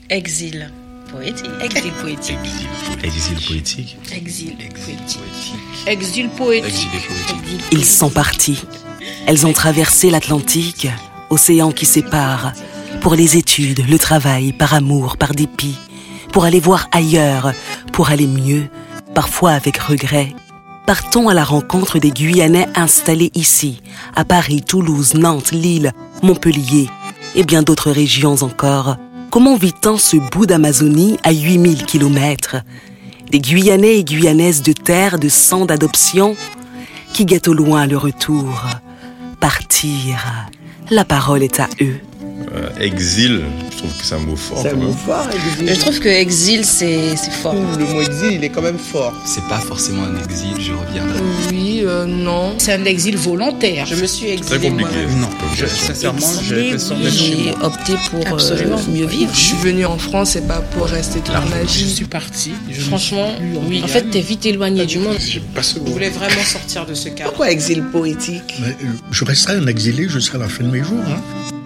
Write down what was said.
Exil poétique. Exil poétique. Exil poétique. Exil poétique. Exil poétique. Ils sont partis. Elles ont traversé l'Atlantique, océan qui sépare, pour les études, le travail, par amour, par dépit, pour aller voir ailleurs, pour aller mieux, parfois avec regret. Partons à la rencontre des Guyanais installés ici, à Paris, Toulouse, Nantes, Lille, Montpellier et bien d'autres régions encore. Comment vit-on ce bout d'Amazonie à 8000 kilomètres? Des Guyanais et Guyanaises de terre, de sang, d'adoption, qui guettent au loin le retour. Partir, la parole est à eux. Exil, je trouve que c'est un mot fort. C'est un mot fort, exil. Je trouve que exil, c'est fort. Le mot exil, il est quand même fort. C'est pas forcément un exil, je reviendrai. Oui, non. C'est un exil volontaire. Je me suis Très exilée compliqué. moi-même. Non, Sincèrement, j'ai l'impression d'être chez J'ai moi. opté pour Absolument. mieux vivre. Je suis venue en France, c'est pas pour rester toute ma Je vie. suis partie. Franchement, oui. En fait, t'es vite éloigné du monde. J'ai pas ce Je mot. voulais vraiment sortir de ce cadre. Pourquoi exil poétique? Mais, je resterai un exilé jusqu'à la fin de mes jours.